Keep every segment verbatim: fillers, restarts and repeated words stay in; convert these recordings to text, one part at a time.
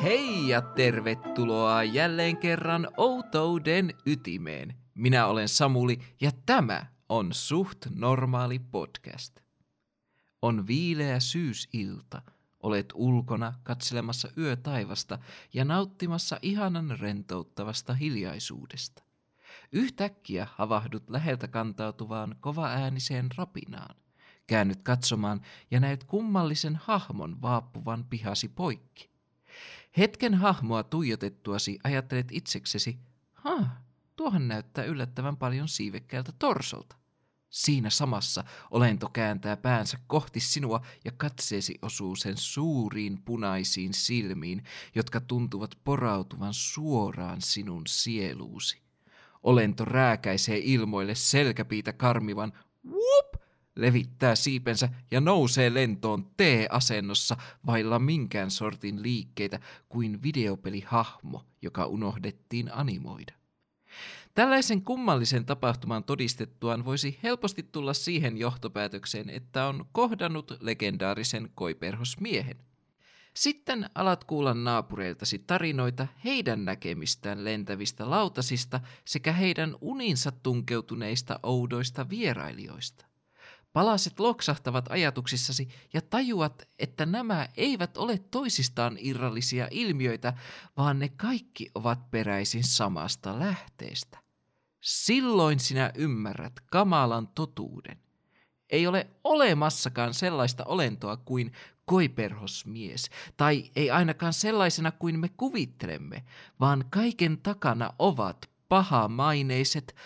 Hei ja tervetuloa jälleen kerran Outouden ytimeen. Minä olen Samuli ja tämä on Suht Normaali podcast. On viileä syysilta. Olet ulkona katselemassa yötaivasta ja nauttimassa ihanan rentouttavasta hiljaisuudesta. Yhtäkkiä havahdut läheltä kantautuvaan kovaääniseen rapinaan. Käännyt katsomaan ja näet kummallisen hahmon vaappuvan pihasi poikki. Hetken hahmoa tuijotettuasi ajattelet itseksesi, ha, tuohan näyttää yllättävän paljon siivekkäältä torsolta. Siinä samassa olento kääntää päänsä kohti sinua ja katseesi osuu sen suuriin punaisiin silmiin, jotka tuntuvat porautuvan suoraan sinun sieluusi. Olento rääkäisee ilmoille selkäpiitä karmivan whoop, levittää siipensä ja nousee lentoon T-asennossa vailla minkään sortin liikkeitä kuin videopelihahmo, joka unohdettiin animoida. Tällaisen kummallisen tapahtuman todistettuaan voisi helposti tulla siihen johtopäätökseen, että on kohdannut legendaarisen koiperhosmiehen. Sitten alat kuulla naapureiltasi tarinoita heidän näkemistään lentävistä lautasista sekä heidän uninsa tunkeutuneista oudoista vierailijoista. Palaset loksahtavat ajatuksissasi ja tajuat, että nämä eivät ole toisistaan irrallisia ilmiöitä, vaan ne kaikki ovat peräisin samasta lähteestä. Silloin sinä ymmärrät kamalan totuuden. Ei ole olemassakaan sellaista olentoa kuin koiperhosmies, tai ei ainakaan sellaisena kuin me kuvittelemme, vaan kaiken takana ovat pahamaineiset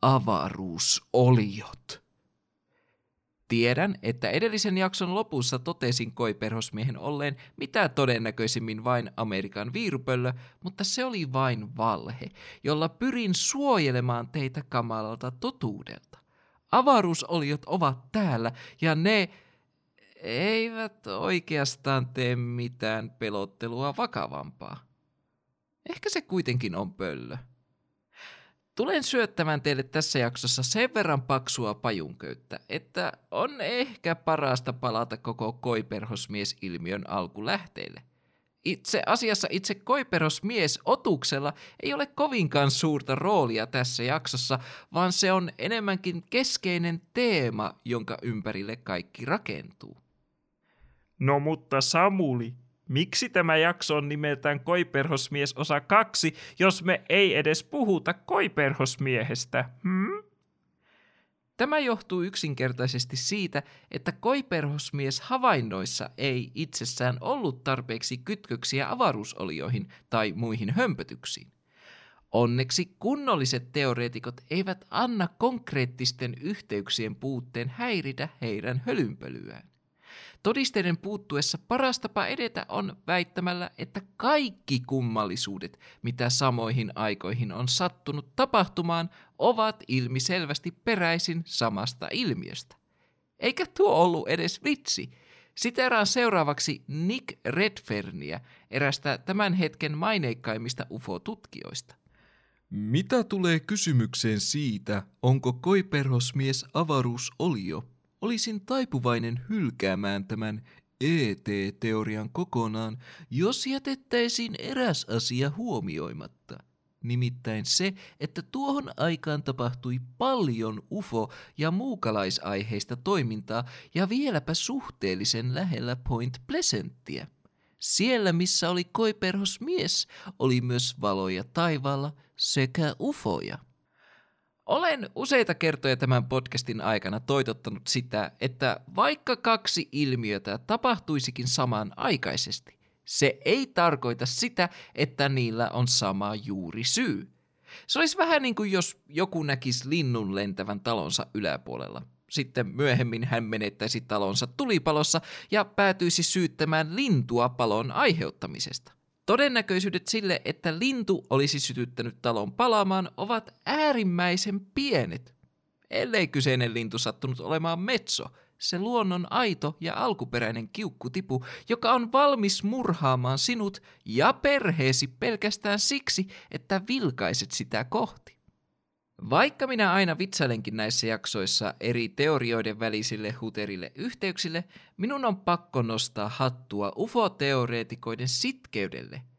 avaruusoliot. Tiedän, että edellisen jakson lopussa totesin koiperhosmiehen olleen mitä todennäköisimmin vain Amerikan viirupöllö, mutta se oli vain valhe, jolla pyrin suojelemaan teitä kamalalta totuudelta. Avaruusoliot ovat täällä ja ne eivät oikeastaan tee mitään pelottelua vakavampaa. Ehkä se kuitenkin on pöllö. Tulen syöttämään teille tässä jaksossa sen verran paksua pajunköyttä, että on ehkä parasta palata koko koiperhosmies-ilmiön alkulähteille. Itse asiassa itse koiperhosmies otuksella ei ole kovinkaan suurta roolia tässä jaksossa, vaan se on enemmänkin keskeinen teema, jonka ympärille kaikki rakentuu. No mutta Samuli, miksi tämä jakso on nimeltään Koiperhosmies osa kaksi, jos me ei edes puhuta koiperhosmiehestä? Hmm? Tämä johtuu yksinkertaisesti siitä, että koiperhosmies havainnoissa ei itsessään ollut tarpeeksi kytköksiä avaruusolioihin tai muihin hömpötyksiin. Onneksi kunnolliset teoreetikot eivät anna konkreettisten yhteyksien puutteen häiritä heidän hölynpölyään. Todisteiden puuttuessa paras tapa edetä on väittämällä, että kaikki kummallisuudet, mitä samoihin aikoihin on sattunut tapahtumaan, ovat ilmiselvästi peräisin samasta ilmiöstä. Eikä tuo ollut edes vitsi. Siteraan seuraavaksi Nick Redfernia, erästä tämän hetken maineikkaimmista U F O-tutkijoista. Mitä tulee kysymykseen siitä, onko koiperhosmies avaruusolio? Olisin taipuvainen hylkäämään tämän E T-teorian kokonaan, jos jätettäisiin eräs asia huomioimatta. Nimittäin se, että tuohon aikaan tapahtui paljon U F O- ja muukalaisaiheista toimintaa ja vieläpä suhteellisen lähellä Point Pleasanttia. Siellä, missä oli koiperhosmies, oli myös valoja taivaalla sekä ufoja. Olen useita kertoja tämän podcastin aikana toitottanut sitä, että vaikka kaksi ilmiötä tapahtuisikin samanaikaisesti, se ei tarkoita sitä, että niillä on sama juurisyy. Se olisi vähän niin kuin jos joku näkisi linnun lentävän talonsa yläpuolella. Sitten myöhemmin hän menettäisi talonsa tulipalossa ja päätyisi syyttämään lintua palon aiheuttamisesta. Todennäköisyydet sille, että lintu olisi sytyttänyt talon palaamaan, ovat äärimmäisen pienet. Ellei kyseinen lintu sattunut olemaan metso, se luonnon aito ja alkuperäinen kiukkutipu, joka on valmis murhaamaan sinut ja perheesi pelkästään siksi, että vilkaiset sitä kohti. Vaikka minä aina vitsailenkin näissä jaksoissa eri teorioiden välisille huterille yhteyksille, minun on pakko nostaa hattua U F O-teoreetikoiden sitkeydelle.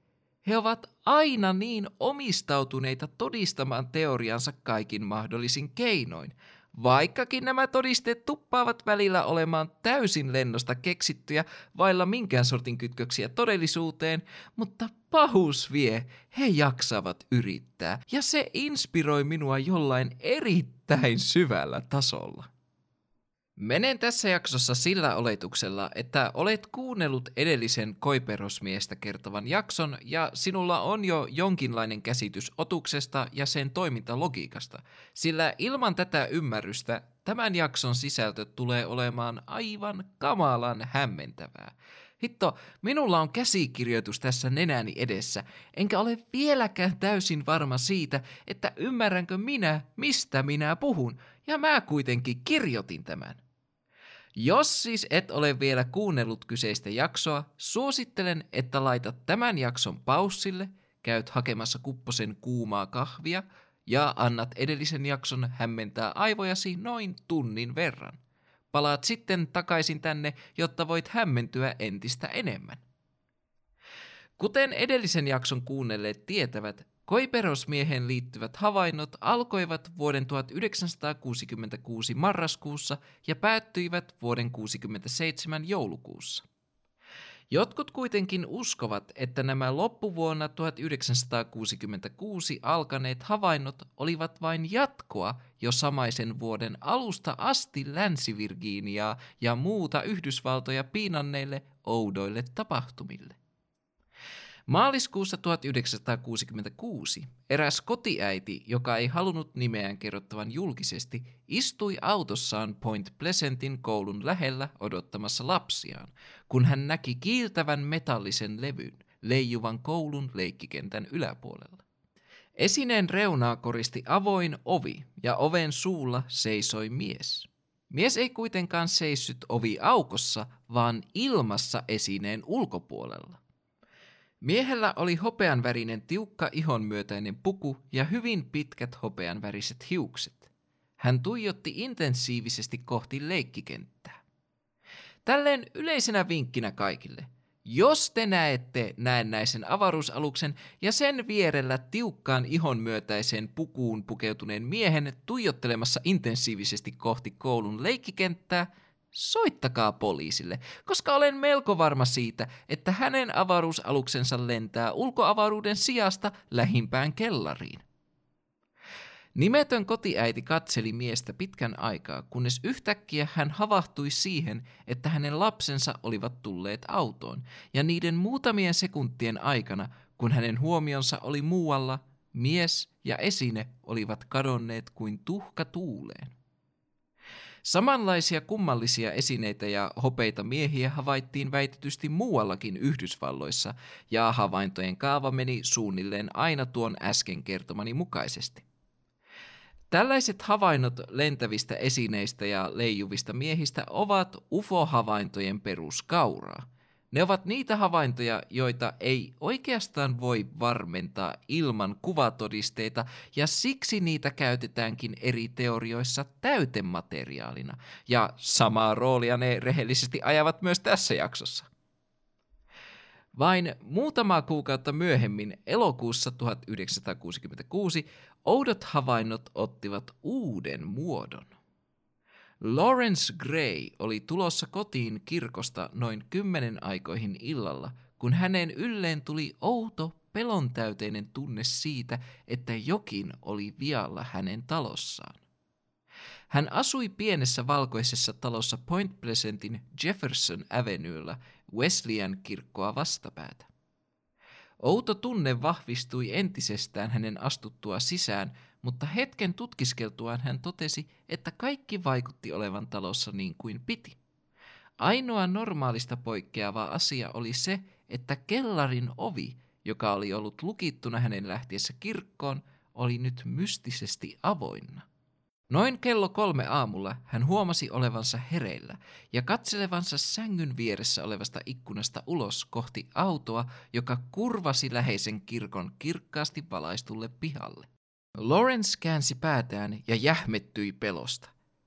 he ovat aina niin omistautuneita todistamaan teoriansa kaikin mahdollisin keinoin, vaikkakin nämä todisteet tuppaavat välillä olemaan täysin lennosta keksittyjä vailla minkään sortin kytköksiä todellisuuteen, mutta pahuus vie, he jaksavat yrittää, ja se inspiroi minua jollain erittäin syvällä tasolla. Menen tässä jaksossa sillä oletuksella, että olet kuunnellut edellisen koiperhosmiestä kertovan jakson ja sinulla on jo jonkinlainen käsitys otuksesta ja sen toimintalogiikasta, sillä ilman tätä ymmärrystä tämän jakson sisältö tulee olemaan aivan kamalan hämmentävää. Hitto, minulla on käsikirjoitus tässä nenäni edessä, enkä ole vieläkään täysin varma siitä, että ymmärränkö minä, mistä minä puhun, ja mä kuitenkin kirjoitin tämän. Jos siis et ole vielä kuunnellut kyseistä jaksoa, suosittelen, että laitat tämän jakson paussille, käyt hakemassa kupposen kuumaa kahvia ja annat edellisen jakson hämmentää aivojasi noin tunnin verran. Palaat sitten takaisin tänne, jotta voit hämmentyä entistä enemmän. Kuten edellisen jakson kuunnelleet tietävät, koiperhosmiehen liittyvät havainnot alkoivat vuoden tuhatyhdeksänsataakuusikymmentäkuusi marraskuussa ja päättyivät vuoden tuhatyhdeksänsataakuusikymmentäseitsemän joulukuussa. Jotkut kuitenkin uskovat, että nämä loppuvuonna tuhatyhdeksänsataakuusikymmentäkuusi alkaneet havainnot olivat vain jatkoa jo samaisen vuoden alusta asti Länsi-Virginiaa ja muuta Yhdysvaltoja piinanneille oudoille tapahtumille. Maaliskuussa tuhatyhdeksänsataakuusikymmentäkuusi eräs kotiäiti, joka ei halunnut nimeään kerrottavan julkisesti, istui autossaan Point Pleasantin koulun lähellä odottamassa lapsiaan, kun hän näki kiiltävän metallisen levyn leijuvan koulun leikkikentän yläpuolella. Esineen reunaa koristi avoin ovi ja oven suulla seisoi mies. Mies ei kuitenkaan seissyt ovi aukossa, vaan ilmassa esineen ulkopuolella. Miehellä oli hopeanvärinen tiukka ihonmyötäinen puku ja hyvin pitkät hopeanväriset hiukset. Hän tuijotti intensiivisesti kohti leikkikenttää. Tälleen yleisenä vinkkinä kaikille. Jos te näette näennäisen avaruusaluksen ja sen vierellä tiukkaan ihonmyötäiseen pukuun pukeutuneen miehen tuijottelemassa intensiivisesti kohti koulun leikkikenttää, soittakaa poliisille, koska olen melko varma siitä, että hänen avaruusaluksensa lentää ulkoavaruuden sijasta lähimpään kellariin. Nimetön kotiäiti katseli miestä pitkän aikaa, kunnes yhtäkkiä hän havahtui siihen, että hänen lapsensa olivat tulleet autoon, ja niiden muutamien sekuntien aikana, kun hänen huomionsa oli muualla, mies ja esine olivat kadonneet kuin tuhka tuuleen. Samanlaisia kummallisia esineitä ja hopeita miehiä havaittiin väitetysti muuallakin Yhdysvalloissa, ja havaintojen kaava meni suunnilleen aina tuon äsken kertomani mukaisesti. Tällaiset havainnot lentävistä esineistä ja leijuvista miehistä ovat U F O-havaintojen peruskauraa. Ne ovat niitä havaintoja, joita ei oikeastaan voi varmentaa ilman kuvatodisteita, ja siksi niitä käytetäänkin eri teorioissa täytemateriaalina, ja samaa roolia ne rehellisesti ajavat myös tässä jaksossa. Vain muutama kuukautta myöhemmin, elokuussa tuhatyhdeksänsataakuusikymmentäkuusi, oudot havainnot ottivat uuden muodon. Lawrence Gray oli tulossa kotiin kirkosta noin kymmenen aikoihin illalla, kun hänen ylleen tuli outo, pelontäyteinen tunne siitä, että jokin oli vialla hänen talossaan. Hän asui pienessä valkoisessa talossa Point Pleasantin Jefferson Avenuella Wesleyan kirkkoa vastapäätä. Outo tunne vahvistui entisestään hänen astuttua sisään, mutta hetken tutkiskeltuaan hän totesi, että kaikki vaikutti olevan talossa niin kuin piti. Ainoa normaalista poikkeava asia oli se, että kellarin ovi, joka oli ollut lukittuna hänen lähtiessä kirkkoon, oli nyt mystisesti avoinna. Noin kello kolme aamulla hän huomasi olevansa hereillä ja katselevansa sängyn vieressä olevasta ikkunasta ulos kohti autoa, joka kurvasi läheisen kirkon kirkkaasti valaistulle pihalle. Lawrence käänsi päätään ja jähmettyi pelosta.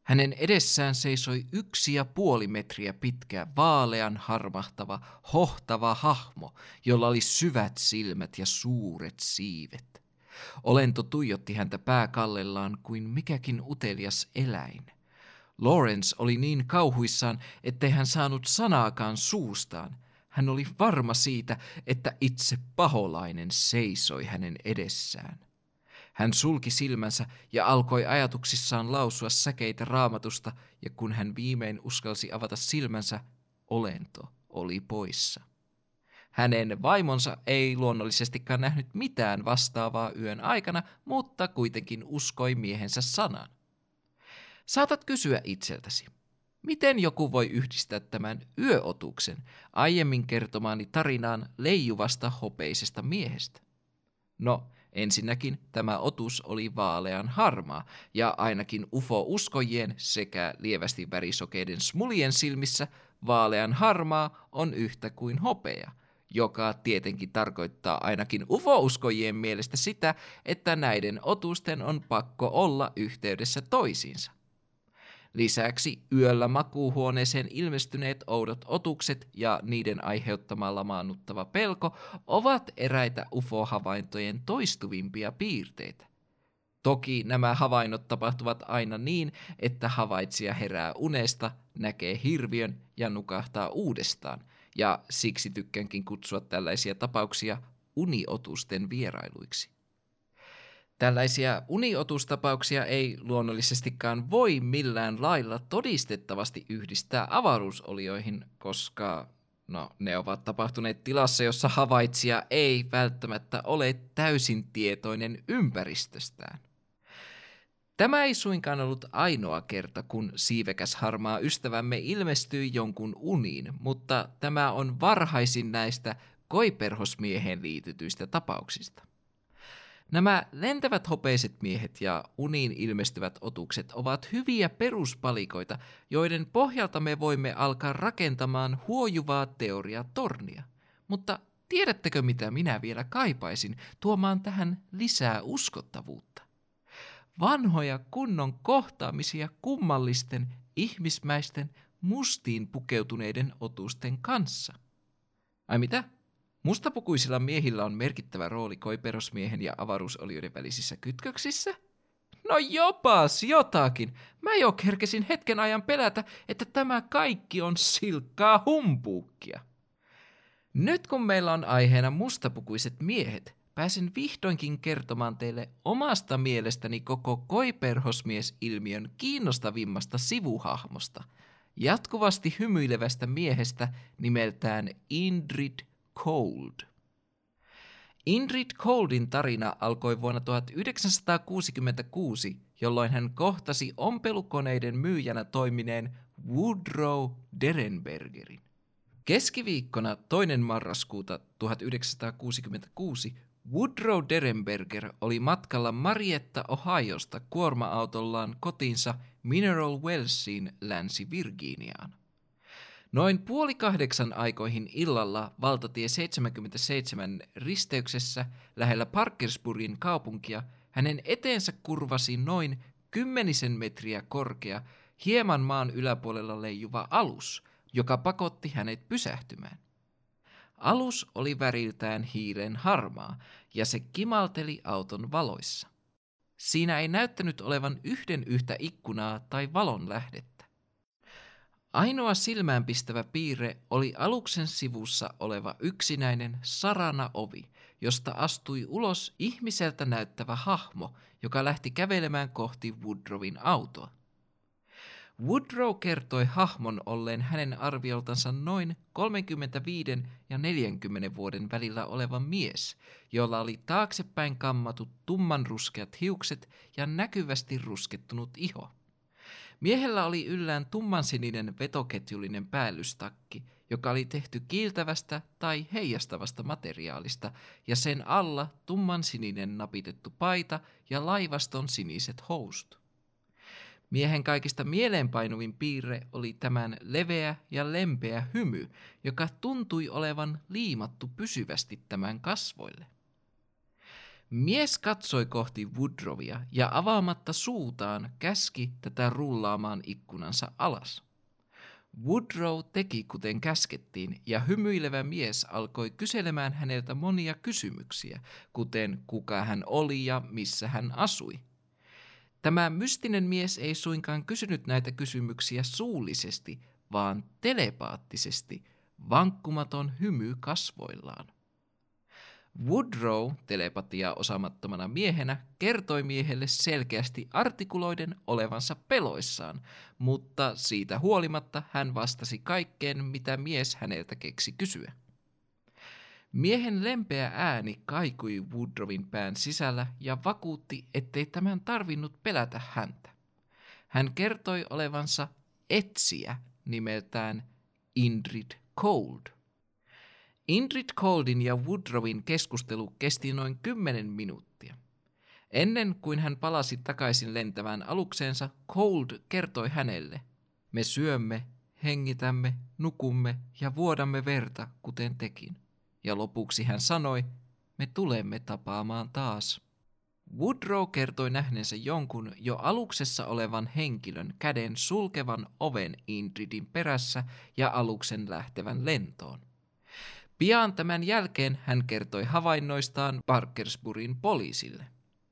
Hänen edessään seisoi yksi ja puoli metriä pitkä, vaalean harmahtava, hohtava hahmo, jolla oli syvät silmät ja suuret siivet. Olento tuijotti häntä pääkallellaan kuin mikäkin utelias eläin. Lawrence oli niin kauhuissaan, ettei hän saanut sanaakaan suustaan. Hän oli varma siitä, että itse paholainen seisoi hänen edessään. Hän sulki silmänsä ja alkoi ajatuksissaan lausua säkeitä Raamatusta, ja kun hän viimein uskalsi avata silmänsä, olento oli poissa. Hänen vaimonsa ei luonnollisestikaan nähnyt mitään vastaavaa yön aikana, mutta kuitenkin uskoi miehensä sanan. Saatat kysyä itseltäsi, miten joku voi yhdistää tämän yöotuksen aiemmin kertomaani tarinaan leijuvasta hopeisesta miehestä? No, ensinnäkin tämä otus oli vaalean harmaa, ja ainakin ufo-uskojien sekä lievästi värisokeiden smulien silmissä vaalean harmaa on yhtä kuin hopea, joka tietenkin tarkoittaa ainakin ufo-uskojien mielestä sitä, että näiden otusten on pakko olla yhteydessä toisiinsa. Lisäksi yöllä makuuhuoneeseen ilmestyneet oudot otukset ja niiden aiheuttama lamaannuttava pelko ovat eräitä ufo-havaintojen toistuvimpia piirteitä. Toki nämä havainnot tapahtuvat aina niin, että havaitsija herää unesta, näkee hirviön ja nukahtaa uudestaan, ja siksi tykkäänkin kutsua tällaisia tapauksia uniotusten vierailuiksi. Tällaisia uniotustapauksia ei luonnollisestikaan voi millään lailla todistettavasti yhdistää avaruusolioihin, koska no, ne ovat tapahtuneet tilassa, jossa havaitsija ei välttämättä ole täysin tietoinen ympäristöstään. Tämä ei suinkaan ollut ainoa kerta, kun siivekäs harmaa ystävämme ilmestyi jonkun uniin, mutta tämä on varhaisin näistä koiperhosmieheen liitytyistä tapauksista. Nämä lentävät hopeiset miehet ja uniin ilmestyvät otukset ovat hyviä peruspalikoita, joiden pohjalta me voimme alkaa rakentamaan huojuvaa teoriatornia. Mutta tiedättekö, mitä minä vielä kaipaisin tuomaan tähän lisää uskottavuutta? Vanhoja kunnon kohtaamisia kummallisten, ihmismäisten, mustiin pukeutuneiden otusten kanssa. Ai mitä? Mustapukuisilla miehillä on merkittävä rooli koiperhosmiehen ja avaruusolioiden välisissä kytköksissä? No jopas jotakin. Mä jo kerkesin hetken ajan pelätä, että tämä kaikki on silkkaa humpuukkia. Nyt kun meillä on aiheena mustapukuiset miehet, pääsen vihdoinkin kertomaan teille omasta mielestäni koko koiperhosmiesilmiön kiinnostavimmasta sivuhahmosta, jatkuvasti hymyilevästä miehestä nimeltään Indrid Cold. Indrid Coldin tarina alkoi vuonna tuhatyhdeksänsataakuusikymmentäkuusi, jolloin hän kohtasi ompelukoneiden myyjänä toimineen Woodrow Derenbergerin. Keskiviikkona toinen marraskuuta tuhatyhdeksänsataakuusikymmentäkuusi Woodrow Derenberger oli matkalla Marietta, Ohiosta kuorma-autollaan kotiinsa Mineral Wellsiin Länsi-Virginiaan. Noin puoli kahdeksan aikoihin illalla valtatie seitsemänkymmentäseitsemän risteyksessä lähellä Parkersburgin kaupunkia hänen eteensä kurvasi noin kymmenisen metriä korkea, hieman maan yläpuolella leijuva alus, joka pakotti hänet pysähtymään. Alus oli väriltään hiilen harmaa ja se kimalteli auton valoissa. Siinä ei näyttänyt olevan yhden yhtä ikkunaa tai valon lähdettä. Ainoa silmäänpistävä piirre oli aluksen sivussa oleva yksinäinen sarana ovi, josta astui ulos ihmiseltä näyttävä hahmo, joka lähti kävelemään kohti Woodrowin autoa. Woodrow kertoi hahmon olleen hänen arvioltansa noin kolmekymmentäviisi ja neljäkymmentä vuoden välillä oleva mies, jolla oli taaksepäin kammatut tummanruskeat hiukset ja näkyvästi ruskettunut iho. Miehellä oli yllään tummansininen vetoketjullinen päällystakki, joka oli tehty kiiltävästä tai heijastavasta materiaalista, ja sen alla tummansininen napitettu paita ja laivaston siniset housut. Miehen kaikista mieleenpainuvin piirre oli tämän leveä ja lempeä hymy, joka tuntui olevan liimattu pysyvästi tämän kasvoille. Mies katsoi kohti Woodrowia ja avaamatta suutaan käski tätä rullaamaan ikkunansa alas. Woodrow teki kuten käskettiin ja hymyilevä mies alkoi kyselemään häneltä monia kysymyksiä, kuten kuka hän oli ja missä hän asui. Tämä mystinen mies ei suinkaan kysynyt näitä kysymyksiä suullisesti, vaan telepaattisesti, vankkumaton hymy kasvoillaan. Woodrow, telepatia osaamattomana miehenä, kertoi miehelle selkeästi artikuloiden olevansa peloissaan, mutta siitä huolimatta hän vastasi kaikkeen, mitä mies häneltä keksi kysyä. Miehen lempeä ääni kaikui Woodrowin pään sisällä ja vakuutti, ettei tämän tarvinnut pelätä häntä. Hän kertoi olevansa etsijä nimeltään Indrid Cold. Indrid Coldin ja Woodrowin keskustelu kesti noin kymmenen minuuttia. Ennen kuin hän palasi takaisin lentävään alukseensa, Cold kertoi hänelle: "Me syömme, hengitämme, nukumme ja vuodamme verta, kuten tekin." Ja lopuksi hän sanoi: "Me tulemme tapaamaan taas." Woodrow kertoi nähneensä jonkun jo aluksessa olevan henkilön käden sulkevan oven Indridin perässä ja aluksen lähtevän lentoon. Pian tämän jälkeen hän kertoi havainnoistaan Parkersburyn poliisille.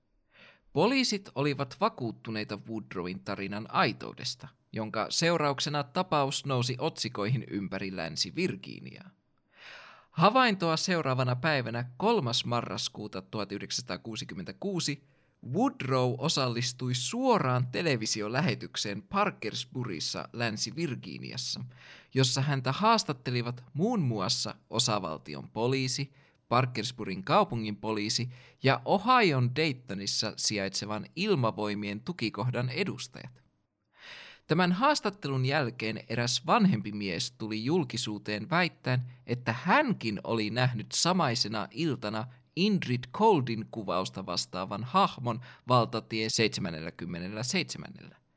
Poliisit olivat vakuuttuneita Woodrowin tarinan aitoudesta, jonka seurauksena tapaus nousi otsikoihin ympäri Länsi-Virginiaa. Havaintoa seuraavana päivänä kolmas marraskuuta tuhatyhdeksänsataakuusikymmentäkuusi Woodrow osallistui suoraan televisiolähetykseen Parkersburyssa Länsi-Virginiassa, jossa häntä haastattelivat muun muassa osavaltion poliisi, Parkersburyn kaupungin poliisi ja Ohion Daytonissa sijaitsevan ilmavoimien tukikohdan edustajat. Tämän haastattelun jälkeen eräs vanhempi mies tuli julkisuuteen väittäen, että hänkin oli nähnyt samaisena iltana Indrid Coldin kuvausta vastaavan hahmon valtatie seitsemänkymmentäseitsemän.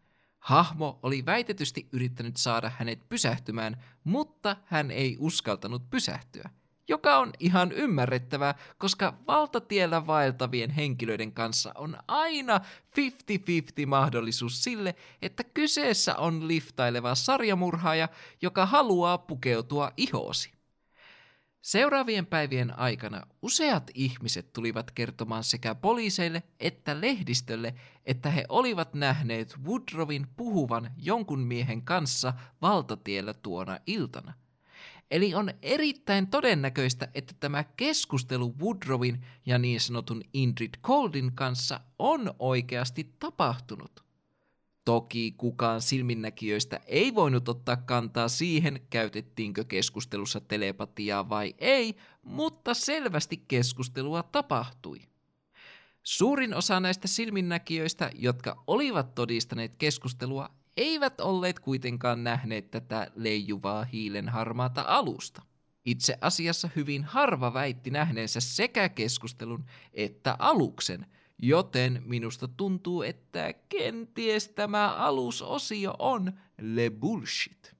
Hahmo oli väitetysti yrittänyt saada hänet pysähtymään, mutta hän ei uskaltanut pysähtyä, joka on ihan ymmärrettävää, koska valtatiellä vaeltavien henkilöiden kanssa on aina viisikymmentä viisikymmentä mahdollisuus sille, että kyseessä on liftaileva sarjamurhaaja, joka haluaa pukeutua ihoosi. Seuraavien päivien aikana useat ihmiset tulivat kertomaan sekä poliiseille että lehdistölle, että he olivat nähneet Woodrowin puhuvan jonkun miehen kanssa valtatiellä tuona iltana. Eli on erittäin todennäköistä, että tämä keskustelu Woodrowin ja niin sanotun Indrid Coldin kanssa on oikeasti tapahtunut. Toki kukaan silminnäkijöistä ei voinut ottaa kantaa siihen, käytettiinkö keskustelussa telepatiaa vai ei, mutta selvästi keskustelua tapahtui. Suurin osa näistä silminnäkijöistä, jotka olivat todistaneet keskustelua, eivät olleet kuitenkaan nähneet tätä leijuvaa hiilen harmaata alusta. Itse asiassa hyvin harva väitti nähneensä sekä keskustelun että aluksen, joten minusta tuntuu, että kenties tämä alusosio on le bullshit.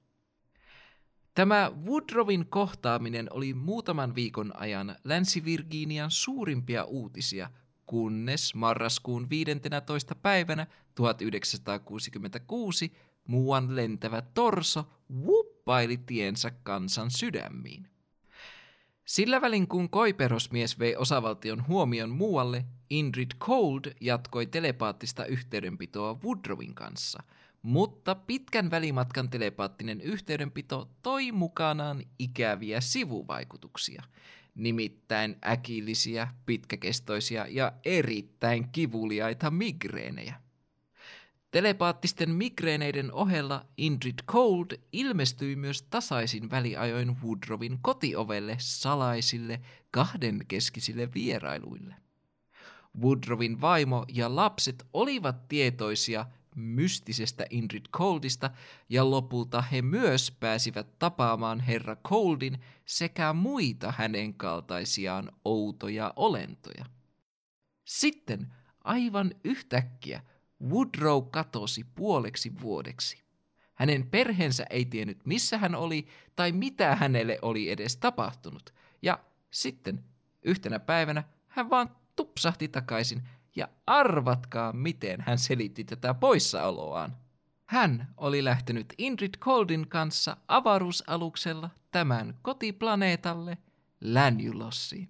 Tämä Woodrowin kohtaaminen oli muutaman viikon ajan Länsi-Virginian suurimpia uutisia, kunnes marraskuun viidentenätoista päivänä tuhatyhdeksänsataakuusikymmentäkuusi muuan lentävä torso wuppaili tiensä kansan sydämiin. Sillä välin kun koiperhosmies vei osavaltion huomion muualle, Indrid Cold jatkoi telepaattista yhteydenpitoa Woodrowin kanssa, mutta pitkän välimatkan telepaattinen yhteydenpito toi mukanaan ikäviä sivuvaikutuksia, nimittäin äkillisiä, pitkäkestoisia ja erittäin kivuliaita migreenejä. Telepaattisten migreeneiden ohella Indrid Cold ilmestyi myös tasaisin väliajoin Woodrowin kotiovelle salaisille kahdenkeskisille vierailuille. Woodrowin vaimo ja lapset olivat tietoisia mystisestä Indrid Coldista ja lopulta he myös pääsivät tapaamaan herra Coldin sekä muita hänen kaltaisiaan outoja olentoja. Sitten aivan yhtäkkiä Woodrow katosi puoleksi vuodeksi. Hänen perheensä ei tiennyt, missä hän oli tai mitä hänelle oli edes tapahtunut. Ja sitten yhtenä päivänä hän vaan tupsahti takaisin ja arvatkaa, miten hän selitti tätä poissaoloaan. Hän oli lähtenyt Indrid Coldin kanssa avaruusaluksella tämän kotiplaneetalle Lanyulossiin.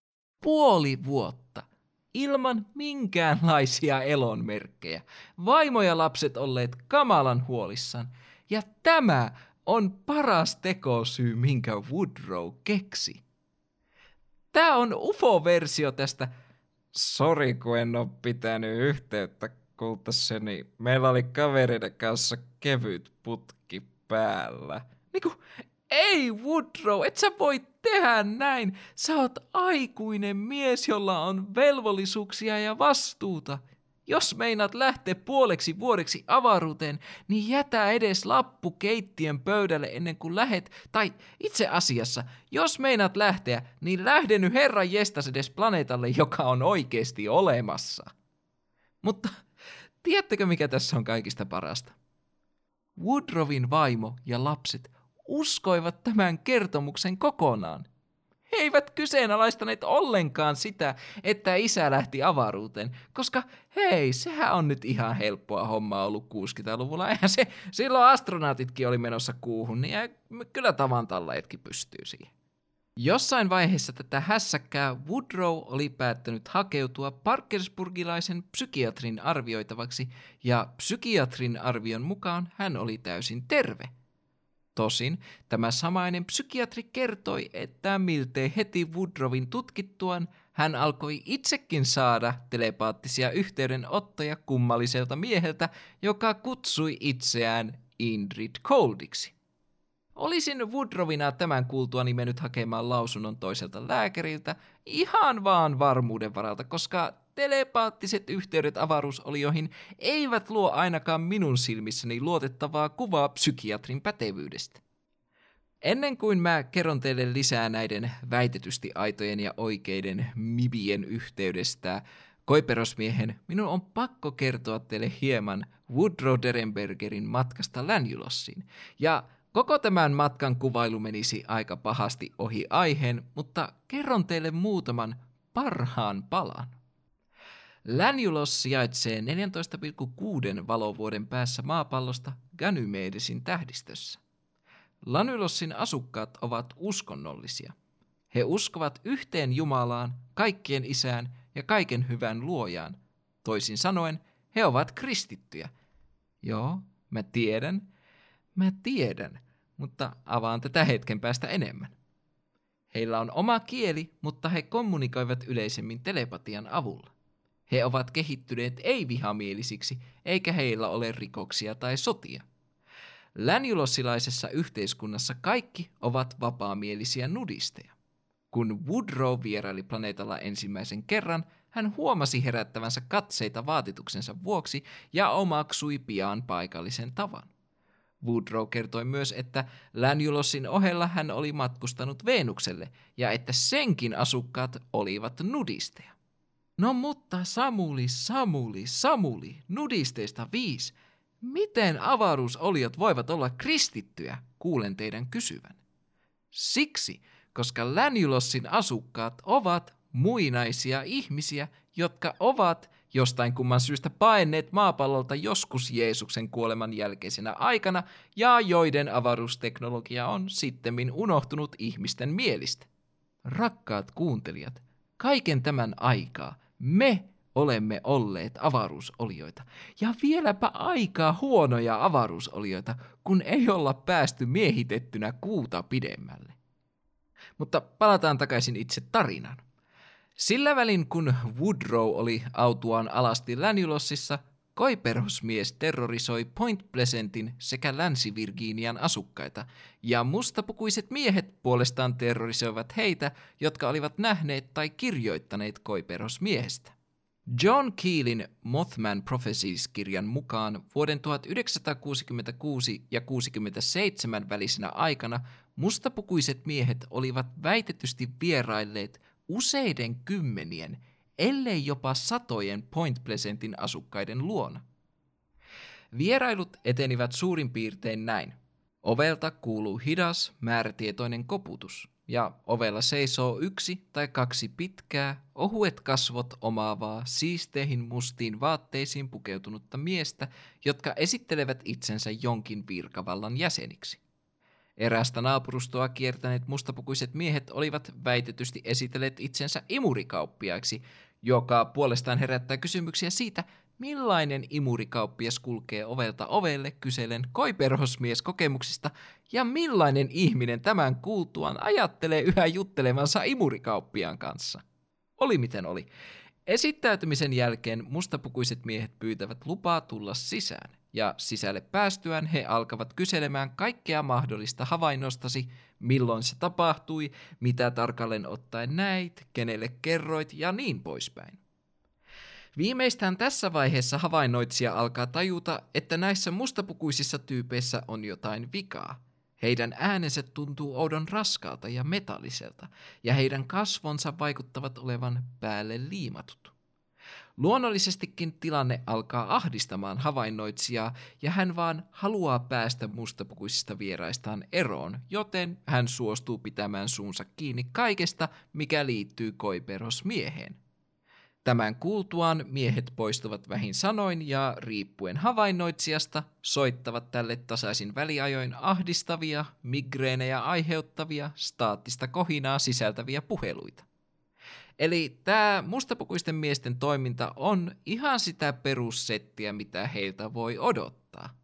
Puoli vuotta, ilman minkäänlaisia elonmerkkejä, vaimo ja lapset olleet kamalan huolissaan, ja tämä on paras tekosyy, minkä Woodrow keksi. Tämä on U F O-versio tästä. Sori, kun en ole pitänyt yhteyttä kultasseni. Meillä oli kavereiden kanssa kevyt putki päällä. Niinku, ei Woodrow, et sä voi tehdä näin. Sä oot aikuinen mies, jolla on velvollisuuksia ja vastuuta. Jos meinaat lähteä puoleksi vuodeksi avaruuteen, niin jätä edes lappu keittiön pöydälle ennen kuin lähet. Tai itse asiassa, jos meinaat lähteä, niin lähde nyt herran jestas edes planeetalle, joka on oikeasti olemassa. Mutta tiedättekö, mikä tässä on kaikista parasta? Woodrowin vaimo ja lapset uskoivat tämän kertomuksen kokonaan. He eivät kyseenalaistaneet ollenkaan sitä, että isä lähti avaruuteen, koska hei, sehän on nyt ihan helppoa hommaa ollut kuusikymmentäluvulla. Eihän se, silloin astronaatitkin oli menossa kuuhun, niin kyllä tavan tallajetkin pystyy siihen. Jossain vaiheessa tätä hässäkkää Woodrow oli päättänyt hakeutua parkersburgilaisen psykiatrin arvioitavaksi, ja psykiatrin arvion mukaan hän oli täysin terve. Tosin tämä samainen psykiatri kertoi, että miltei heti Woodrowin tutkittuaan hän alkoi itsekin saada telepaattisia yhteydenottoja kummalliselta mieheltä, joka kutsui itseään Indrid Coldiksi. Olisin Woodrowina tämän kuultuani mennyt hakemaan lausunnon toiselta lääkäriltä ihan vaan varmuuden varalta, koska telepaattiset yhteydet avaruusolioihin eivät luo ainakaan minun silmissäni luotettavaa kuvaa psykiatrin pätevyydestä. Ennen kuin mä kerron teille lisää näiden väitetysti aitojen ja oikeiden mibien yhteydestä koiperosmiehen, minun on pakko kertoa teille hieman Woodrow Derenbergerin matkasta Lanyulossiin. Ja koko tämän matkan kuvailu menisi aika pahasti ohi aiheen, mutta kerron teille muutaman parhaan palan. Lanyulos sijaitsee neljätoista pilkku kuusi valovuoden päässä maapallosta Ganymedesin tähdistössä. Lanyulossin asukkaat ovat uskonnollisia. He uskovat yhteen Jumalaan, kaikkien isään ja kaiken hyvän luojaan. Toisin sanoen, he ovat kristittyjä. Joo, mä tiedän, mä tiedän, mutta avaan tätä hetken päästä enemmän. Heillä on oma kieli, mutta he kommunikoivat yleisemmin telepatian avulla. He ovat kehittyneet ei-vihamielisiksi, eikä heillä ole rikoksia tai sotia. Lanyulossilaisessa yhteiskunnassa kaikki ovat vapaamielisiä nudisteja. Kun Woodrow vieraili planeetalla ensimmäisen kerran, hän huomasi herättävänsä katseita vaatetuksensa vuoksi ja omaksui pian paikallisen tavan. Woodrow kertoi myös, että Lanyulossin ohella hän oli matkustanut Veenukselle ja että senkin asukkaat olivat nudisteja. No mutta Samuli, Samuli, Samuli, nudisteista viisi. Miten avaruusoliot voivat olla kristittyjä, kuulen teidän kysyvän. Siksi, koska Lanyulossin asukkaat ovat muinaisia ihmisiä, jotka ovat jostain kumman syystä paenneet maapallolta joskus Jeesuksen kuoleman jälkeisenä aikana ja joiden avaruusteknologia on sittemmin unohtunut ihmisten mielistä. Rakkaat kuuntelijat, kaiken tämän aikaa me olemme olleet avaruusolioita, ja vieläpä aikaa huonoja avaruusolioita, kun ei olla päästy miehitettynä kuuta pidemmälle. Mutta palataan takaisin itse tarinaan. Sillä välin kun Woodrow oli autuaan alasti Lanyulossissa, koiperhosmies terrorisoi Point Pleasantin sekä Länsi-Virginian asukkaita, ja mustapukuiset miehet puolestaan terrorisoivat heitä, jotka olivat nähneet tai kirjoittaneet koiperhosmiehestä. John Keelin Mothman Prophecies-kirjan mukaan vuoden tuhatyhdeksänsataakuusikymmentäkuusi ja kuusikymmentäseitsemän välisenä aikana mustapukuiset miehet olivat väitetysti vierailleet useiden kymmenien, ellei jopa satojen Point Pleasantin asukkaiden luona. Vierailut etenivät suurin piirtein näin. Ovelta kuuluu hidas, määrätietoinen koputus, ja ovella seisoo yksi tai kaksi pitkää, ohuet kasvot omaavaa, siisteihin mustiin vaatteisiin pukeutunutta miestä, jotka esittelevät itsensä jonkin virkavallan jäseniksi. Erästä naapurustoa kiertäneet mustapukuiset miehet olivat väitetysti esitelleet itsensä imurikauppiaiksi, joka puolestaan herättää kysymyksiä siitä, millainen imurikauppias kulkee ovelta ovelle kysellen koiperhosmies kokemuksista ja millainen ihminen tämän kuultuaan ajattelee yhä juttelevansa imurikauppiaan kanssa. Oli miten oli. Esittäytymisen jälkeen mustapukuiset miehet pyytävät lupaa tulla sisään, ja sisälle päästyään he alkavat kyselemään kaikkea mahdollista havainnostasi, milloin se tapahtui, mitä tarkalleen ottaen näit, kenelle kerroit ja niin poispäin. Viimeistään tässä vaiheessa havainnoitsija alkaa tajuta, että näissä mustapukuisissa tyypeissä on jotain vikaa. Heidän äänensä tuntuu oudon raskaalta ja metalliselta, ja heidän kasvonsa vaikuttavat olevan päälle liimatut. Luonnollisestikin tilanne alkaa ahdistamaan havainnoitsijaa, ja hän vaan haluaa päästä mustapukuisista vieraistaan eroon, joten hän suostuu pitämään suunsa kiinni kaikesta, mikä liittyy koiperhosmieheen. Tämän kuultuaan miehet poistuvat vähin sanoin ja riippuen havainnoitsijasta soittavat tälle tasaisin väliajoin ahdistavia, migreenejä aiheuttavia, staattista kohinaa sisältäviä puheluita. Eli tämä mustapukuisten miesten toiminta on ihan sitä perussettiä, mitä heiltä voi odottaa.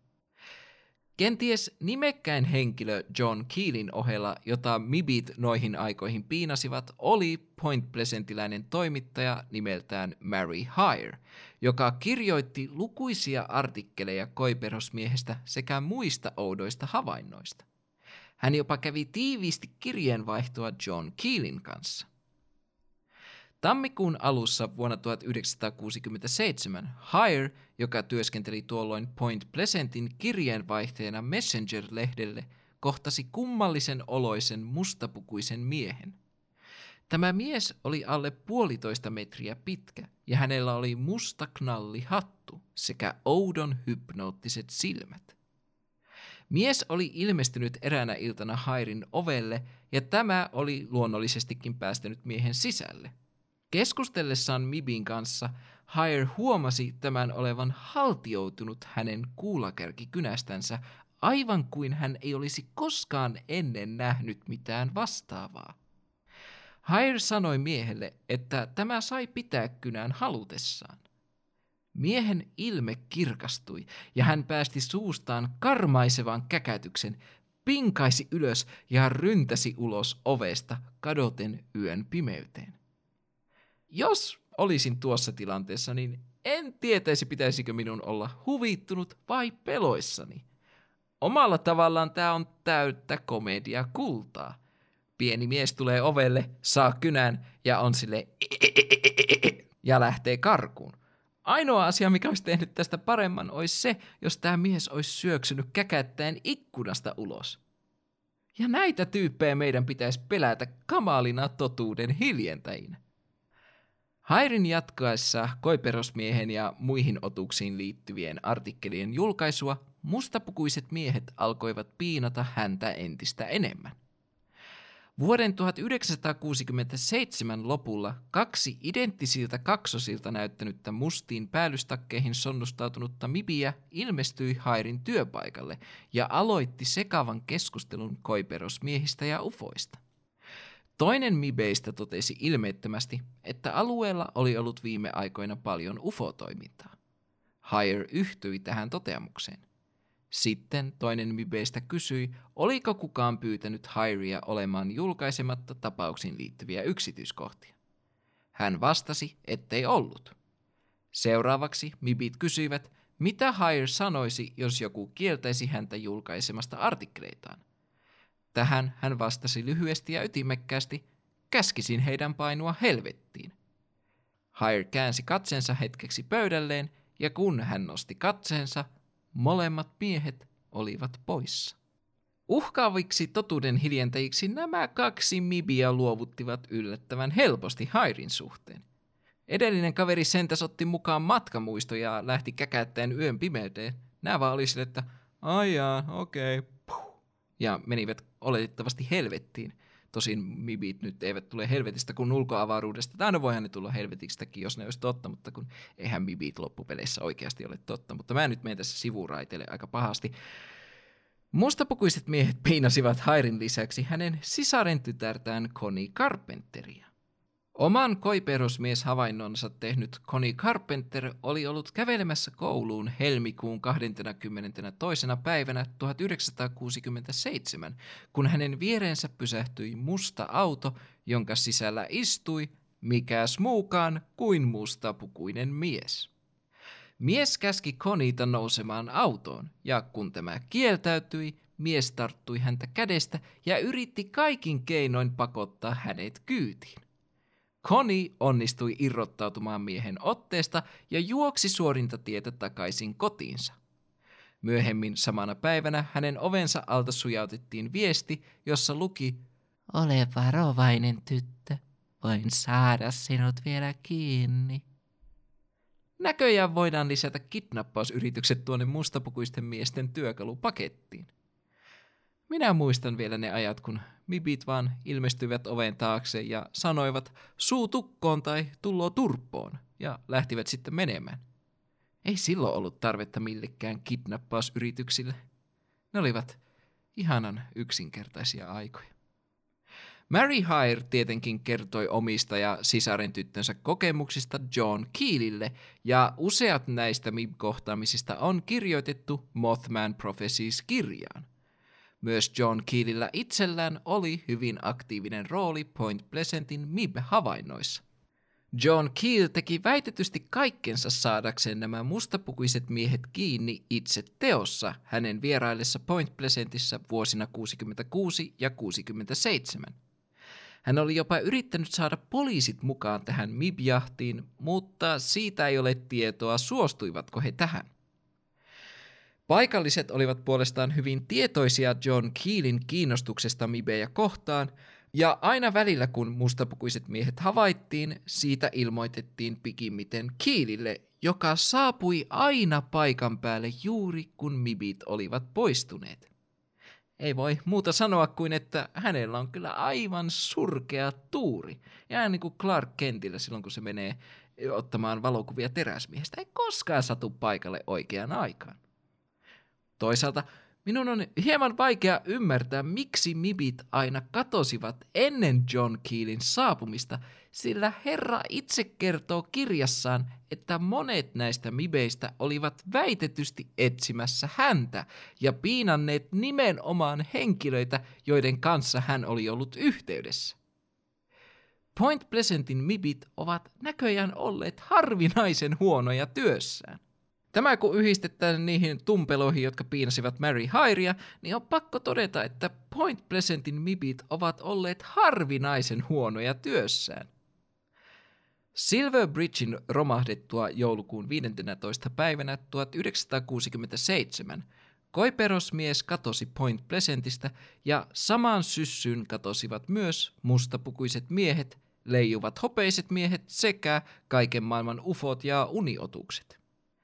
Kenties nimekkäin henkilö John Keelin ohella, jota mibit noihin aikoihin piinasivat, oli Point Pleasanttiläinen toimittaja nimeltään Mary Hyre, joka kirjoitti lukuisia artikkeleja koiperhosmiehestä sekä muista oudoista havainnoista. Hän jopa kävi tiiviisti kirjeenvaihtoa John Keelin kanssa. Tammikuun alussa vuonna tuhatyhdeksänsataakuusikymmentäseitsemän Hyre, joka työskenteli tuolloin Point Pleasantin kirjeenvaihteena Messenger-lehdelle, kohtasi kummallisen oloisen mustapukuisen miehen. Tämä mies oli alle puolitoista metriä pitkä ja hänellä oli musta knallihattu sekä oudon hypnoottiset silmät. Mies oli ilmestynyt eräänä iltana Hyren ovelle ja tämä oli luonnollisestikin päästänyt miehen sisälle. Keskustellessaan Mibin kanssa Hyre huomasi tämän olevan haltioitunut hänen kuulakärkikynästänsä, aivan kuin hän ei olisi koskaan ennen nähnyt mitään vastaavaa. Hyre sanoi miehelle, että tämä sai pitää kynän halutessaan. Miehen ilme kirkastui ja hän päästi suustaan karmaisevan käkätyksen, pinkaisi ylös ja ryntäsi ulos ovesta kadoten yön pimeyteen. Jos olisin tuossa tilanteessa, niin en tietäisi, pitäisikö minun olla huvittunut vai peloissani. Omalla tavallaan tämä on täyttä komedia kultaa. Pieni mies tulee ovelle, saa kynän ja on sille ja lähtee karkuun. Ainoa asia, mikä olisi tehnyt tästä paremman, olisi se, jos tämä mies olisi syöksynyt käkättäen ikkunasta ulos. Ja näitä tyyppejä meidän pitäisi pelätä kamalina totuuden hiljentäjinä. Hyren jatkaessa koiperhosmiehen ja muihin otuksiin liittyvien artikkelien julkaisua mustapukuiset miehet alkoivat piinata häntä entistä enemmän. Vuoden tuhatyhdeksänsataakuusikymmentäseitsemän lopulla kaksi identtisiltä kaksosilta näyttänyttä mustiin päällystakkeihin sonnustautunutta mibiä ilmestyi Hyren työpaikalle ja aloitti sekavan keskustelun koiperhosmiehistä ja ufoista. Toinen mibeistä totesi ilmeettömästi, että alueella oli ollut viime aikoina paljon ufotoimintaa. Hyre yhtyi tähän toteamukseen. Sitten toinen mibeistä kysyi, oliko kukaan pyytänyt Hyrea olemaan julkaisematta tapauksiin liittyviä yksityiskohtia. Hän vastasi, ettei ollut. Seuraavaksi mibit kysyivät, mitä Hyre sanoisi, jos joku kieltäisi häntä julkaisemasta artikkeleitaan. Tähän hän vastasi lyhyesti ja ytimekkäästi, käskisin heidän painua helvettiin. Hyre käänsi katsensa hetkeksi pöydälleen, ja kun hän nosti katseensa, molemmat miehet olivat poissa. Uhkaaviksi totuuden hiljentäjiksi nämä kaksi mibiä luovuttivat yllättävän helposti Hyren suhteen. Edellinen kaveri sentäs otti mukaan matkamuistoja ja lähti käkättäen yön pimeyteen. Nämä vaan oli sille, että aijaa, okei, okay. Ja menivät oletettavasti helvettiin. Tosin mibit nyt eivät tule helvetistä kuin ulkoavaruudesta. Tai no voihan ne tulla helvetistäkin, jos ne olisi totta, mutta kun eihän mibit loppupeleissä oikeasti ole totta. Mutta mä nyt menen tässä sivuraiteille aika pahasti. Mustapukuiset miehet piinasivat Hairin lisäksi hänen sisaren tytärtään Connie Carpenteria. Oman koiperhosmies-havainnonsa tehnyt Connie Carpenter oli ollut kävelemässä kouluun helmikuun kahdeskymmenestoinen päivänä tuhatyhdeksänsataakuusikymmentäseitsemän, kun hänen viereensä pysähtyi musta auto, jonka sisällä istui mikäs muukaan kuin mustapukuinen mies. Mies käski Connieta nousemaan autoon, ja kun tämä kieltäytyi, mies tarttui häntä kädestä ja yritti kaikin keinoin pakottaa hänet kyytiin. Connie onnistui irrottautumaan miehen otteesta ja juoksi suorinta tietä takaisin kotiinsa. Myöhemmin samana päivänä hänen ovensa alta sujautettiin viesti, jossa luki: "Ole varovainen, tyttö. Voin saada sinut vielä kiinni." Näköjään voidaan lisätä kidnappausyritykset tuonne mustapukuisten miesten työkalupakettiin. Minä muistan vielä ne ajat, kun mibit vaan ilmestyivät oven taakse ja sanoivat suu tukkoon tai tulloo turppoon ja lähtivät sitten menemään. Ei silloin ollut tarvetta millekään kidnappausyrityksille. Ne olivat ihanan yksinkertaisia aikoja. Mary Hair tietenkin kertoi omista ja sisaren tyttönsä kokemuksista John Keelille, ja useat näistä M I B-kohtaamisista on kirjoitettu Mothman Prophecies-kirjaan. Myös John Keelillä itsellään oli hyvin aktiivinen rooli Point Pleasantin M I B-havainnoissa. John Keel teki väitetysti kaikkensa saadakseen nämä mustapukuiset miehet kiinni itse teossa hänen vieraillessa Point Pleasantissa vuosina kuusikymmentäkuusi ja kuusikymmentäseitsemän. Hän oli jopa yrittänyt saada poliisit mukaan tähän M I B-jahtiin, mutta siitä ei ole tietoa, suostuivatko he tähän. Paikalliset olivat puolestaan hyvin tietoisia John Keelin kiinnostuksesta M I B:jä kohtaan, ja aina välillä kun mustapukuiset miehet havaittiin, siitä ilmoitettiin pikimmiten Keelille, joka saapui aina paikan päälle juuri kun mibit olivat poistuneet. Ei voi muuta sanoa kuin, että hänellä on kyllä aivan surkea tuuri. Ja niin kuin Clark Kentillä silloin, kun se menee ottamaan valokuvia teräsmiehestä, ei koskaan satu paikalle oikeaan aikaan. Toisaalta minun on hieman vaikea ymmärtää, miksi mibit aina katosivat ennen John Keelin saapumista, sillä Herra itse kertoo kirjassaan, että monet näistä mibeistä olivat väitetysti etsimässä häntä ja piinanneet nimenomaan henkilöitä, joiden kanssa hän oli ollut yhteydessä. Point Pleasantin mibit ovat näköjään olleet harvinaisen huonoja työssään. Tämä kun yhdistetään niihin tumpeloihin, jotka piinasivat Mary Hairia, niin on pakko todeta, että Point Pleasantin mibit ovat olleet harvinaisen huonoja työssään. Silver Bridgein romahdettua joulukuun viidentenätoista päivänä tuhatyhdeksänsataakuusikymmentäseitsemän koiperhosmies katosi Point Pleasantista ja samaan syssyyn katosivat myös mustapukuiset miehet, leijuvat hopeiset miehet sekä kaiken maailman ufot ja uniotukset.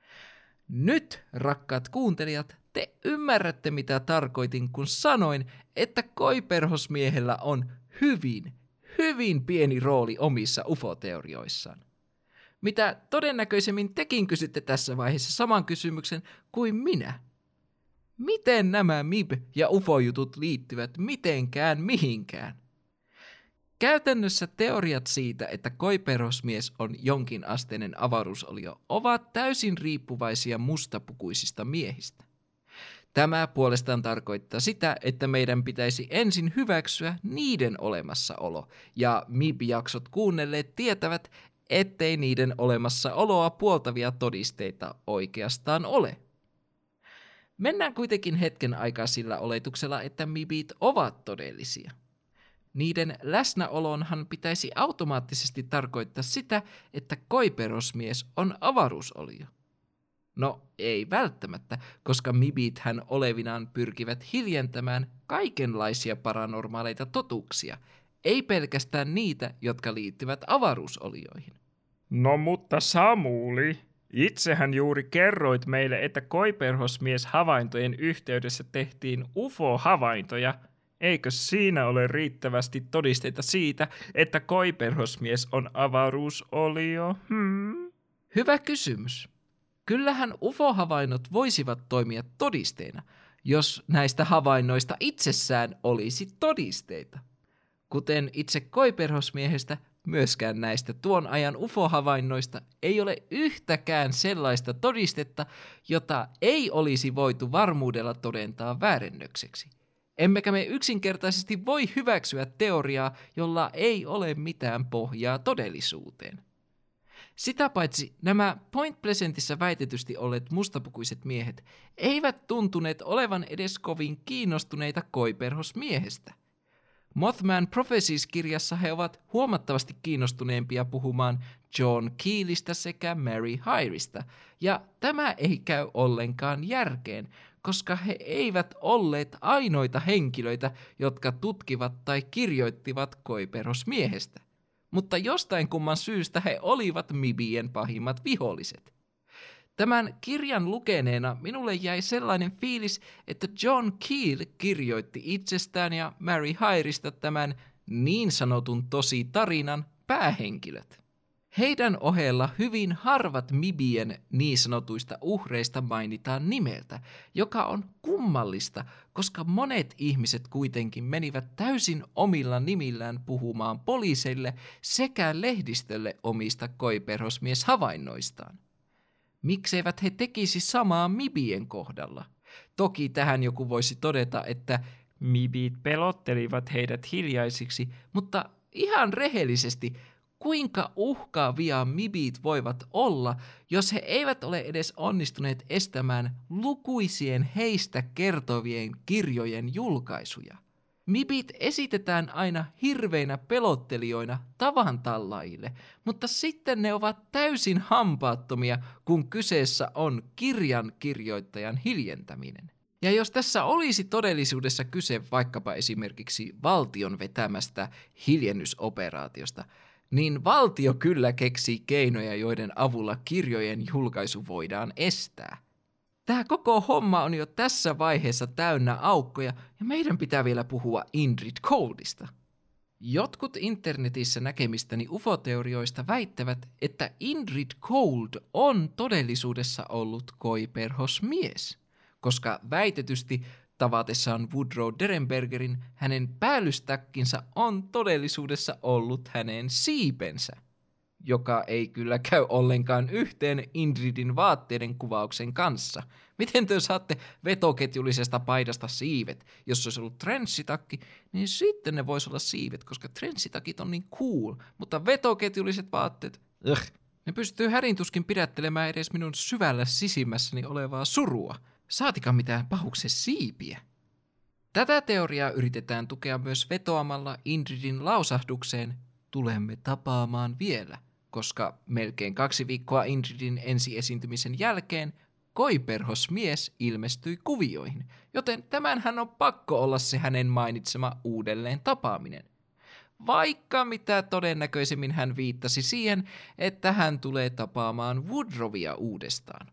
Nyt, rakkaat kuuntelijat, te ymmärrätte mitä tarkoitin, kun sanoin, että koiperhosmiehellä on hyvin, hyvin pieni rooli omissa ufoteorioissaan. Mitä todennäköisemmin tekin kysytte tässä vaiheessa saman kysymyksen kuin minä. Miten nämä M I B- ja ufojutut liittyvät mitenkään mihinkään? Käytännössä teoriat siitä, että koiperhosmies on jonkinasteinen avaruusolio, ovat täysin riippuvaisia mustapukuisista miehistä. Tämä puolestaan tarkoittaa sitä, että meidän pitäisi ensin hyväksyä niiden olemassaolo, ja M I B-jaksot kuunnelleet tietävät, ettei niiden olemassaoloa puoltavia todisteita oikeastaan ole. Mennään kuitenkin hetken aikaa sillä oletuksella, että mibit ovat todellisia. Niiden läsnäolonhan pitäisi automaattisesti tarkoittaa sitä, että koiperhosmies on avaruusolio. No, ei välttämättä, koska mibithän olevinaan pyrkivät hiljentämään kaikenlaisia paranormaaleita totuuksia, ei pelkästään niitä, jotka liittyvät avaruusolioihin. No mutta Samuli, itsehän juuri kerroit meille, että koiperhosmies havaintojen yhteydessä tehtiin ufo-havaintoja. Eikö siinä ole riittävästi todisteita siitä, että koiperhosmies on avaruusolio? Hmm? Hyvä kysymys. Kyllähän U F O-havainnot voisivat toimia todisteina, jos näistä havainnoista itsessään olisi todisteita. Kuten itse koiperhosmiehestä, myöskään näistä tuon ajan U F O-havainnoista ei ole yhtäkään sellaista todistetta, jota ei olisi voitu varmuudella todentaa väärennökseksi. Emmekä me yksinkertaisesti voi hyväksyä teoriaa, jolla ei ole mitään pohjaa todellisuuteen. Sitä paitsi nämä Point Pleasantissa väitetysti olleet mustapukuiset miehet eivät tuntuneet olevan edes kovin kiinnostuneita koiperhosmiehestä. Mothman Prophecies-kirjassa he ovat huomattavasti kiinnostuneempia puhumaan John Keelistä sekä Mary Hiristä, ja tämä ei käy ollenkaan järkeen, koska he eivät olleet ainoita henkilöitä, jotka tutkivat tai kirjoittivat koiperhosmiehestä. Mutta jostain kumman syystä he olivat Mibien pahimmat viholliset. Tämän kirjan lukeneena minulle jäi sellainen fiilis, että John Keel kirjoitti itsestään ja Mary Hiristä tämän niin sanotun tosi tarinan päähenkilöt. Heidän ohella hyvin harvat Mibien niin sanotuista uhreista mainitaan nimeltä, joka on kummallista, koska monet ihmiset kuitenkin menivät täysin omilla nimillään puhumaan poliiseille sekä lehdistölle omista koiperhosmieshavainnoistaan. Mikseivät he tekisi samaa Mibien kohdalla? Toki tähän joku voisi todeta, että Mibit pelottelivat heidät hiljaisiksi, mutta ihan rehellisesti, kuinka uhkaavia Mibit voivat olla, jos he eivät ole edes onnistuneet estämään lukuisien heistä kertovien kirjojen julkaisuja? Mibit esitetään aina hirveinä pelottelijoina tavantallaajille, mutta sitten ne ovat täysin hampaattomia, kun kyseessä on kirjan kirjoittajan hiljentäminen. Ja jos tässä olisi todellisuudessa kyse vaikkapa esimerkiksi valtion vetämästä hiljennysoperaatiosta, niin valtio kyllä keksii keinoja, joiden avulla kirjojen julkaisu voidaan estää. Tämä koko homma on jo tässä vaiheessa täynnä aukkoja ja meidän pitää vielä puhua Indrid Coldista. Jotkut internetissä näkemistäni U F O-teorioista väittävät, että Indrid Cold on todellisuudessa ollut koiperhosmies, koska väitetysti tavatessaan Woodrow Derenbergerin hänen päällystakkinsa on todellisuudessa ollut hänen siipensä, joka ei kyllä käy ollenkaan yhteen Indridin vaatteiden kuvauksen kanssa. Miten te saatte vetoketjullisesta paidasta siivet? Jos se olisi ollut trenssitakki, niin sitten ne voisi olla siivet, koska trenssitakit on niin cool, mutta vetoketjulliset vaatteet, ugh, ne pystyy härintuskin pidättelemään edes minun syvällä sisimmässäni olevaa surua. Saatikaan mitään pahuksen siipiä. Tätä teoriaa yritetään tukea myös vetoamalla Indridin lausahdukseen tulemme tapaamaan vielä, koska melkein kaksi viikkoa Indridin ensiesiintymisen jälkeen koiperhosmies ilmestyi kuvioihin, joten tämänhän on pakko olla se hänen mainitsema uudelleen tapaaminen. Vaikka mitä todennäköisemmin hän viittasi siihen, että hän tulee tapaamaan Woodrowia uudestaan.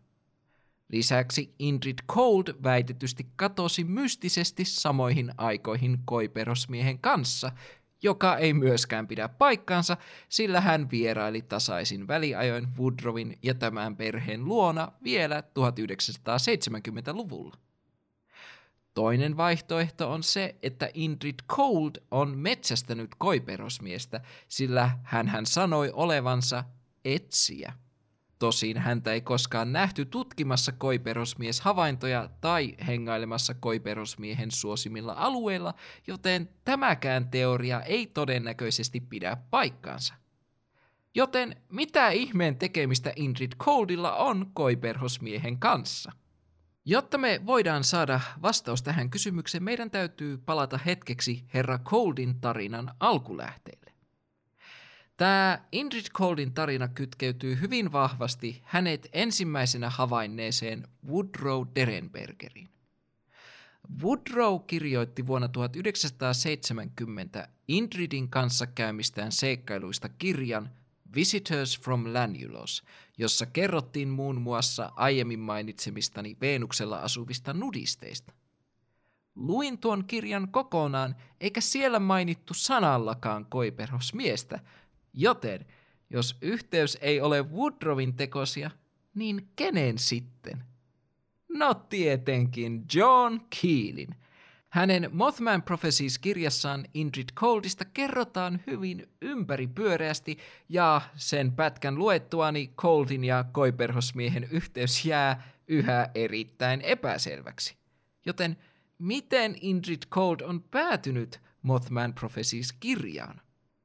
Lisäksi Indrid Cold väitetysti katosi mystisesti samoihin aikoihin koiperhosmiehen kanssa, joka ei myöskään pidä paikkaansa, sillä hän vieraili tasaisin väliajoin Woodrowin ja tämän perheen luona vielä tuhatyhdeksänsataaseitsemänkymmentäluvulla. Toinen vaihtoehto on se, että Indrid Cold on metsästänyt koiperhosmiestä, sillä hänhän sanoi olevansa etsijä. Tosin häntä ei koskaan nähty tutkimassa koiperhosmieshavaintoja tai hengailemassa koiperhosmiehen suosimilla alueilla, joten tämäkään teoria ei todennäköisesti pidä paikkaansa. Joten mitä ihmeen tekemistä Indrid Coldilla on koiperhosmiehen kanssa? Jotta me voidaan saada vastaus tähän kysymykseen, meidän täytyy palata hetkeksi herra Coldin tarinan alkulähteille. Tämä Indrid Coldin tarina kytkeytyy hyvin vahvasti hänet ensimmäisenä havainneeseen Woodrow Derenbergeriin. Woodrow kirjoitti vuonna tuhatyhdeksänsataaseitsemänkymmentä Indridin kanssa käymistään seikkailuista kirjan Visitors from Lanulos, jossa kerrottiin muun muassa aiemmin mainitsemistani Veenuksella asuvista nudisteista. Luin tuon kirjan kokonaan, eikä siellä mainittu sanallakaan koiperhosmiestä, joten jos yhteys ei ole Woodrowin tekosia, niin kenen sitten? No tietenkin John Keelin. Hänen Mothman Prophecies-kirjassaan Indrid Coldista kerrotaan hyvin ympäripyöreästi, ja sen pätkän luettuani Coldin ja koiperhosmiehen yhteys jää yhä erittäin epäselväksi. Joten miten Indrid Cold on päätynyt Mothman Prophecies-kirjaan?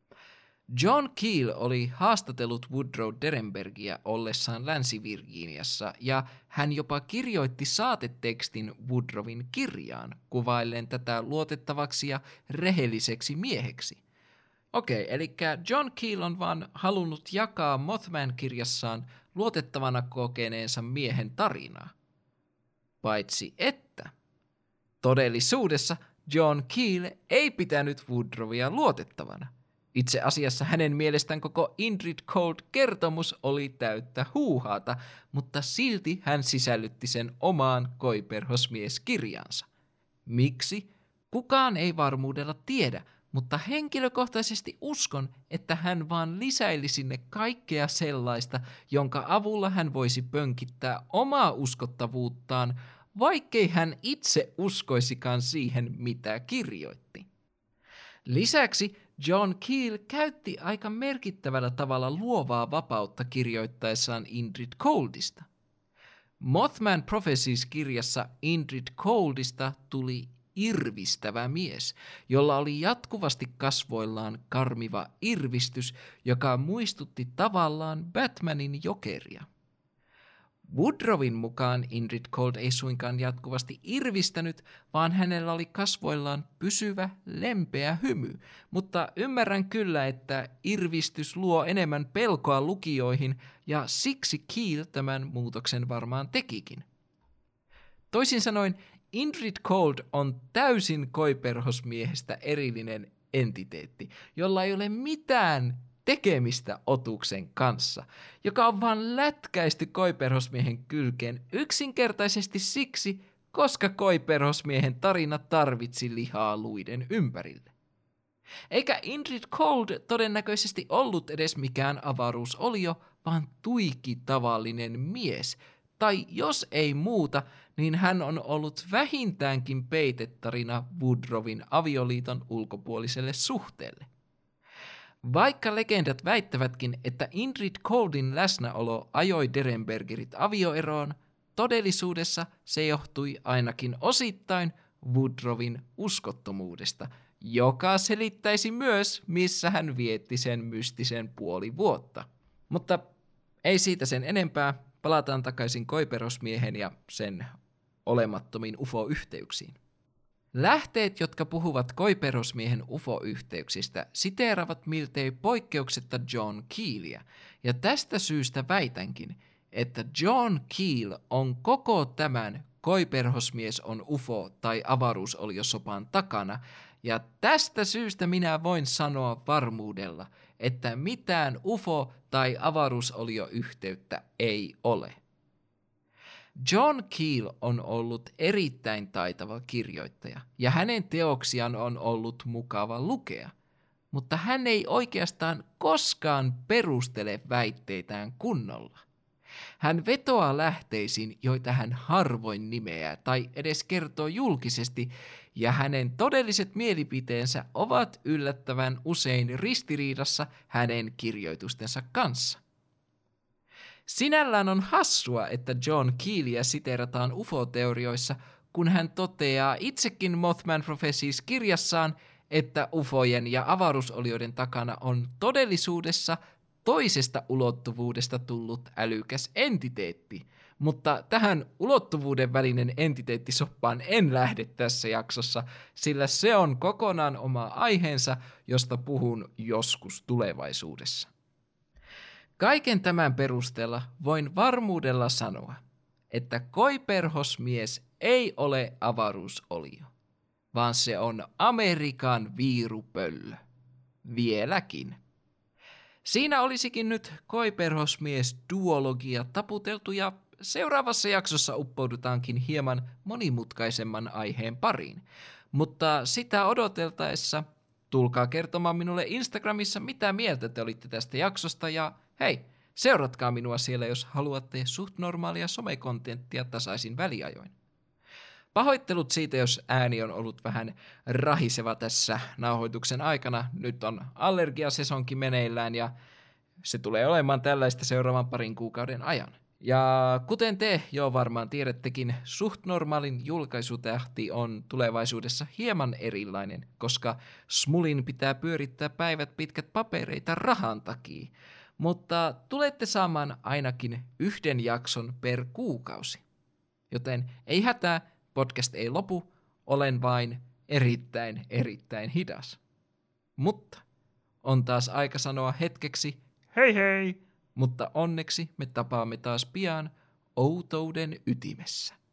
John Keel oli haastatellut Woodrow Derenbergia ollessaan Länsi-Virginiassa, ja hän jopa kirjoitti saatetekstin Woodrowin kirjaan, kuvaillen tätä luotettavaksi ja rehelliseksi mieheksi. Okei, eli John Keel on vaan halunnut jakaa Mothman-kirjassaan luotettavana kokeneensa miehen tarinaa. Paitsi että todellisuudessa John Keel ei pitänyt Woodrowia luotettavana. Itse asiassa hänen mielestään koko Indrid Cold-kertomus oli täyttä huuhaata, mutta silti hän sisällytti sen omaan koiperhosmies-kirjaansa. Miksi? Kukaan ei varmuudella tiedä, mutta henkilökohtaisesti uskon, että hän vaan lisäili sinne kaikkea sellaista, jonka avulla hän voisi pönkittää omaa uskottavuuttaan, vaikkei hän itse uskoisikaan siihen, mitä kirjoitti. Lisäksi John Keel käytti aika merkittävällä tavalla luovaa vapautta kirjoittaessaan Indrid Coldista. Mothman Prophecies-kirjassa Indrid Coldista tuli irvistävä mies, jolla oli jatkuvasti kasvoillaan karmiva irvistys, joka muistutti tavallaan Batmanin jokeria. Woodrowin mukaan Indrid Cold ei suinkaan jatkuvasti irvistänyt, vaan hänellä oli kasvoillaan pysyvä, lempeä hymy, mutta ymmärrän kyllä, että irvistys luo enemmän pelkoa lukijoihin, ja siksi Keel tämän muutoksen varmaan tekikin. Toisin sanoen, Indrid Cold on täysin koiperhosmiehestä erillinen entiteetti, jolla ei ole mitään tekemistä otuksen kanssa, joka on vaan lätkäisty koiperhosmiehen kylkeen yksinkertaisesti siksi, koska koiperhosmiehen tarina tarvitsi lihaa luiden ympärille. Eikä Indrid Cold todennäköisesti ollut edes mikään avaruusolio, vaan tuiki tavallinen mies, tai jos ei muuta, niin hän on ollut vähintäänkin peitetarina Woodrowin avioliiton ulkopuoliselle suhteelle. Vaikka legendat väittävätkin, että Indrid Coldin läsnäolo ajoi Derenbergerit avioeroon, todellisuudessa se johtui ainakin osittain Woodrowin uskottomuudesta, joka selittäisi myös, missä hän vietti sen mystisen puoli vuotta. Mutta ei siitä sen enempää, palataan takaisin koiperhosmiehen ja sen olemattomiin U F O-yhteyksiin. Lähteet, jotka puhuvat koiperhosmiehen U F O-yhteyksistä, siteeravat miltei poikkeuksetta John Keelia, ja tästä syystä väitänkin, että John Keel on koko tämän koiperhosmies on U F O tai avaruusoliosopan takana, ja tästä syystä minä voin sanoa varmuudella, että mitään U F O- tai avaruusolioyhteyttä ei ole. John Keel on ollut erittäin taitava kirjoittaja, ja hänen teoksiaan on ollut mukava lukea, mutta hän ei oikeastaan koskaan perustele väitteitään kunnolla. Hän vetoaa lähteisiin, joita hän harvoin nimeää tai edes kertoo julkisesti, ja hänen todelliset mielipiteensä ovat yllättävän usein ristiriidassa hänen kirjoitustensa kanssa. Sinällään on hassua, että John Keelia siteerataan U F O-teorioissa, kun hän toteaa itsekin Mothman Prophecies-kirjassaan, että ufojen ja avaruusolioiden takana on todellisuudessa toisesta ulottuvuudesta tullut älykäs entiteetti, mutta tähän ulottuvuuden välinen entiteettisoppaan en lähde tässä jaksossa, sillä se on kokonaan oma aiheensa, josta puhun joskus tulevaisuudessa. Kaiken tämän perusteella voin varmuudella sanoa, että koiperhosmies ei ole avaruusolio, vaan se on Amerikan viirupöllö. Vieläkin. Siinä olisikin nyt koiperhosmies-duologia taputeltu ja seuraavassa jaksossa uppoudutaankin hieman monimutkaisemman aiheen pariin. Mutta sitä odoteltaessa tulkaa kertomaan minulle Instagramissa, mitä mieltä te olitte tästä jaksosta, ja hei, seuratkaa minua siellä, jos haluatte suht normaalia somekontenttia tasaisin väliajoin. Pahoittelut siitä, jos ääni on ollut vähän rahiseva tässä nauhoituksen aikana. Nyt on allergiasesonkin meneillään ja se tulee olemaan tällaista seuraavan parin kuukauden ajan. Ja kuten te jo varmaan tiedättekin, suht normaalin julkaisutähti on tulevaisuudessa hieman erilainen, koska Smulin pitää pyörittää päivät pitkät papereita rahan takia. Mutta tulette saamaan ainakin yhden jakson per kuukausi. Joten ei hätää, podcast ei lopu, olen vain erittäin, erittäin hidas. Mutta on taas aika sanoa hetkeksi Hei hei! mutta onneksi me tapaamme taas pian outouden ytimessä.